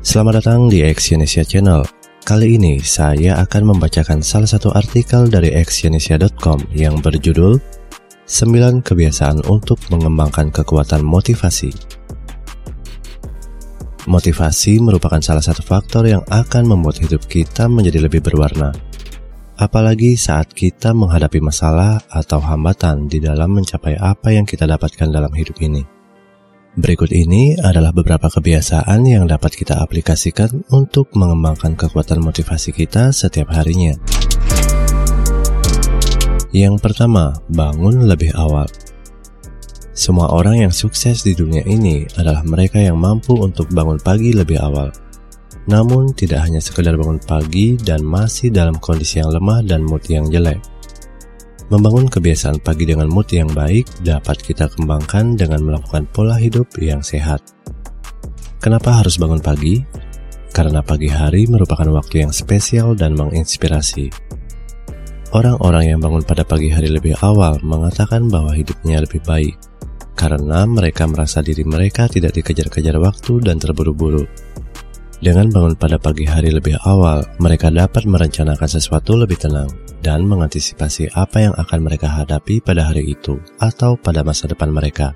Selamat datang di Exyonesia Channel. Kali ini saya akan membacakan salah satu artikel dari exyonesia.com yang berjudul 9 kebiasaan untuk mengembangkan kekuatan motivasi. Motivasi merupakan salah satu faktor yang akan membuat hidup kita menjadi lebih berwarna. Apalagi saat kita menghadapi masalah atau hambatan di dalam mencapai apa yang kita dapatkan dalam hidup ini. Berikut ini adalah beberapa kebiasaan yang dapat kita aplikasikan untuk mengembangkan kekuatan motivasi kita setiap harinya. Yang pertama, bangun lebih awal. Semua orang yang sukses di dunia ini adalah mereka yang mampu untuk bangun pagi lebih awal. Namun tidak hanya sekedar bangun pagi dan masih dalam kondisi yang lemah dan mood yang jelek. Membangun kebiasaan pagi dengan mood yang baik dapat kita kembangkan dengan melakukan pola hidup yang sehat. Kenapa harus bangun pagi? Karena pagi hari merupakan waktu yang spesial dan menginspirasi. Orang-orang yang bangun pada pagi hari lebih awal mengatakan bahwa hidupnya lebih baik, karena mereka merasa diri mereka tidak dikejar-kejar waktu dan terburu-buru. Dengan bangun pada pagi hari lebih awal, mereka dapat merencanakan sesuatu lebih tenang dan mengantisipasi apa yang akan mereka hadapi pada hari itu atau pada masa depan mereka.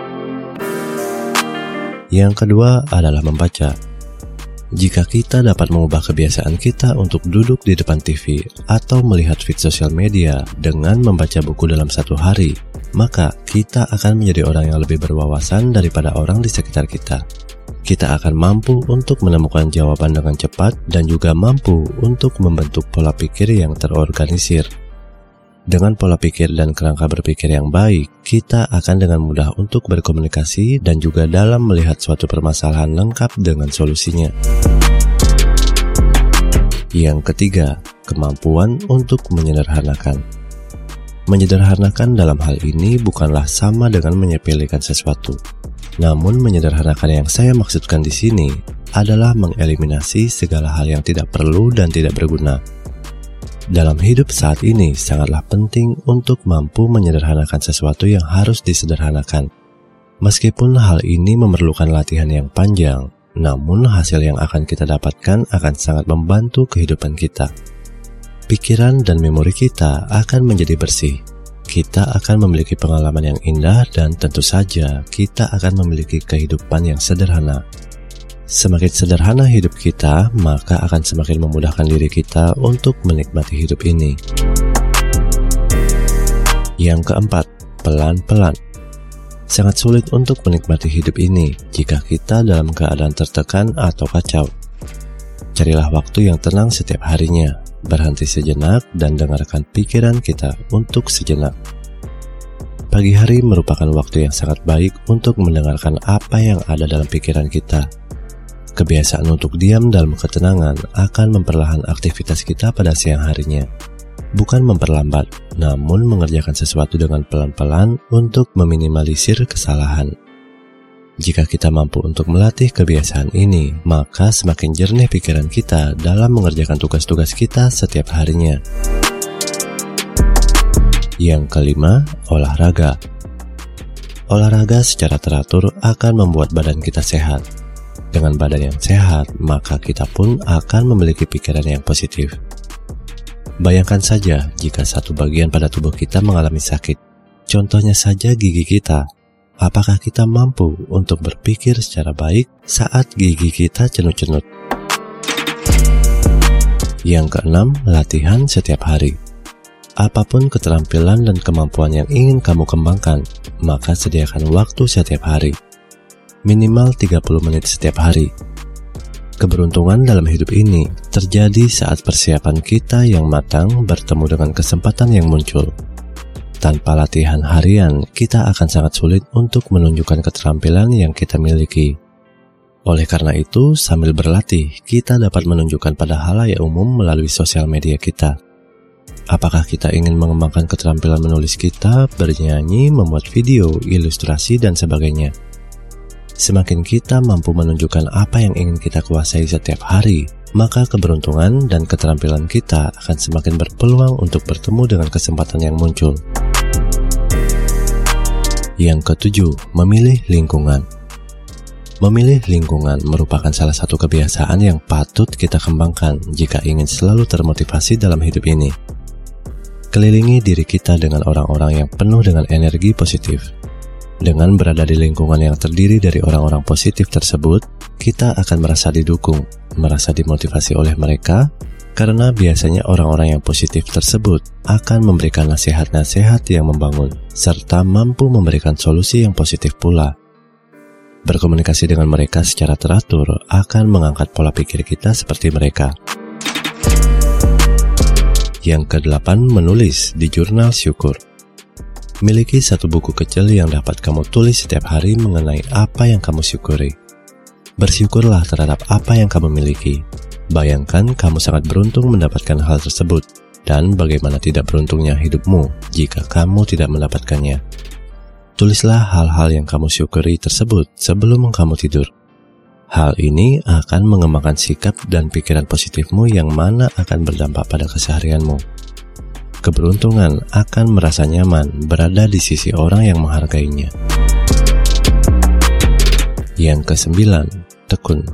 Yang kedua adalah membaca. Jika kita dapat mengubah kebiasaan kita untuk duduk di depan TV atau melihat feed sosial media dengan membaca buku dalam satu hari, maka kita akan menjadi orang yang lebih berwawasan daripada orang di sekitar kita. Kita akan mampu untuk menemukan jawaban dengan cepat dan juga mampu untuk membentuk pola pikir yang terorganisir. Dengan pola pikir dan kerangka berpikir yang baik, kita akan dengan mudah untuk berkomunikasi dan juga dalam melihat suatu permasalahan lengkap dengan solusinya. Yang ketiga, kemampuan untuk menyederhanakan. Menyederhanakan dalam hal ini bukanlah sama dengan menyepelekan sesuatu. Namun menyederhanakan yang saya maksudkan di sini adalah mengeliminasi segala hal yang tidak perlu dan tidak berguna. Dalam hidup saat ini sangatlah penting untuk mampu menyederhanakan sesuatu yang harus disederhanakan. Meskipun hal ini memerlukan latihan yang panjang, namun hasil yang akan kita dapatkan akan sangat membantu kehidupan kita. Pikiran dan memori kita akan menjadi bersih. Kita akan memiliki pengalaman yang indah dan tentu saja kita akan memiliki kehidupan yang sederhana. Semakin sederhana hidup kita, maka akan semakin memudahkan diri kita untuk menikmati hidup ini. Yang keempat, pelan-pelan. Sangat sulit untuk menikmati hidup ini jika kita dalam keadaan tertekan atau kacau. Carilah waktu yang tenang setiap harinya. Berhenti sejenak dan dengarkan pikiran kita untuk sejenak. Pagi hari merupakan waktu yang sangat baik untuk mendengarkan apa yang ada dalam pikiran kita. Kebiasaan untuk diam dalam ketenangan akan memperlahan aktivitas kita pada siang harinya. Bukan memperlambat, namun mengerjakan sesuatu dengan pelan-pelan untuk meminimalisir kesalahan. Jika kita mampu untuk melatih kebiasaan ini, maka semakin jernih pikiran kita dalam mengerjakan tugas-tugas kita setiap harinya. Yang kelima, olahraga. Olahraga secara teratur akan membuat badan kita sehat. Dengan badan yang sehat, maka kita pun akan memiliki pikiran yang positif. Bayangkan saja jika satu bagian pada tubuh kita mengalami sakit. Contohnya saja gigi kita. Apakah kita mampu untuk berpikir secara baik saat gigi kita cenut-cenut? Yang keenam, latihan setiap hari. Apapun keterampilan dan kemampuan yang ingin kamu kembangkan, maka sediakan waktu setiap hari. Minimal 30 menit setiap hari. Keberuntungan dalam hidup ini terjadi saat persiapan kita yang matang bertemu dengan kesempatan yang muncul. Tanpa latihan harian, kita akan sangat sulit untuk menunjukkan keterampilan yang kita miliki. Oleh karena itu, sambil berlatih, kita dapat menunjukkan pada halayak umum melalui sosial media kita. Apakah kita ingin mengembangkan keterampilan menulis kita, bernyanyi, membuat video, ilustrasi, dan sebagainya? Semakin kita mampu menunjukkan apa yang ingin kita kuasai setiap hari, maka keberuntungan dan keterampilan kita akan semakin berpeluang untuk bertemu dengan kesempatan yang muncul. Yang ketujuh, memilih lingkungan. Memilih lingkungan merupakan salah satu kebiasaan yang patut kita kembangkan jika ingin selalu termotivasi dalam hidup ini. Kelilingi diri kita dengan orang-orang yang penuh dengan energi positif. Dengan berada di lingkungan yang terdiri dari orang-orang positif tersebut, kita akan merasa didukung, merasa dimotivasi oleh mereka, karena biasanya orang-orang yang positif tersebut akan memberikan nasihat-nasihat yang membangun, serta mampu memberikan solusi yang positif pula. Berkomunikasi dengan mereka secara teratur akan mengangkat pola pikir kita seperti mereka. Yang ke-8, menulis di jurnal syukur. Miliki satu buku kecil yang dapat kamu tulis setiap hari mengenai apa yang kamu syukuri. Bersyukurlah terhadap apa yang kamu miliki. Bayangkan kamu sangat beruntung mendapatkan hal tersebut, dan bagaimana tidak beruntungnya hidupmu jika kamu tidak mendapatkannya. Tulislah hal-hal yang kamu syukuri tersebut sebelum kamu tidur. Hal ini akan mengembangkan sikap dan pikiran positifmu yang mana akan berdampak pada keseharianmu. Keberuntungan akan merasa nyaman berada di sisi orang yang menghargainya. Yang ke-9, tekun.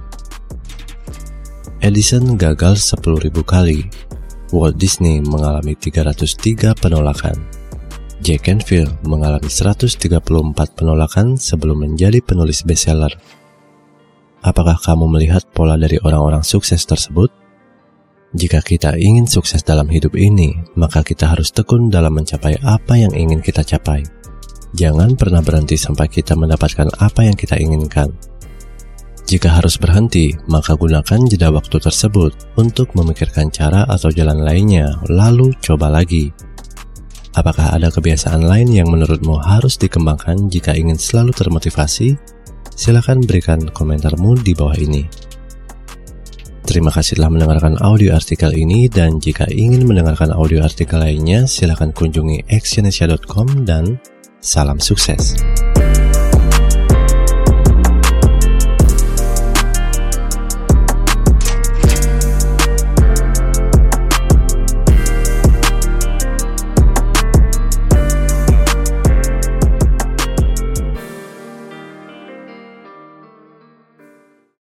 Edison gagal 10.000 kali. Walt Disney mengalami 303 penolakan. Jack Canfield mengalami 134 penolakan sebelum menjadi penulis bestseller. Apakah kamu melihat pola dari orang-orang sukses tersebut? Jika kita ingin sukses dalam hidup ini, maka kita harus tekun dalam mencapai apa yang ingin kita capai. Jangan pernah berhenti sampai kita mendapatkan apa yang kita inginkan. Jika harus berhenti, maka gunakan jeda waktu tersebut untuk memikirkan cara atau jalan lainnya, lalu coba lagi. Apakah ada kebiasaan lain yang menurutmu harus dikembangkan jika ingin selalu termotivasi? Silakan berikan komentarmu di bawah ini. Terima kasih telah mendengarkan audio artikel ini, dan jika ingin mendengarkan audio artikel lainnya, silakan kunjungi actionasia.com dan salam sukses.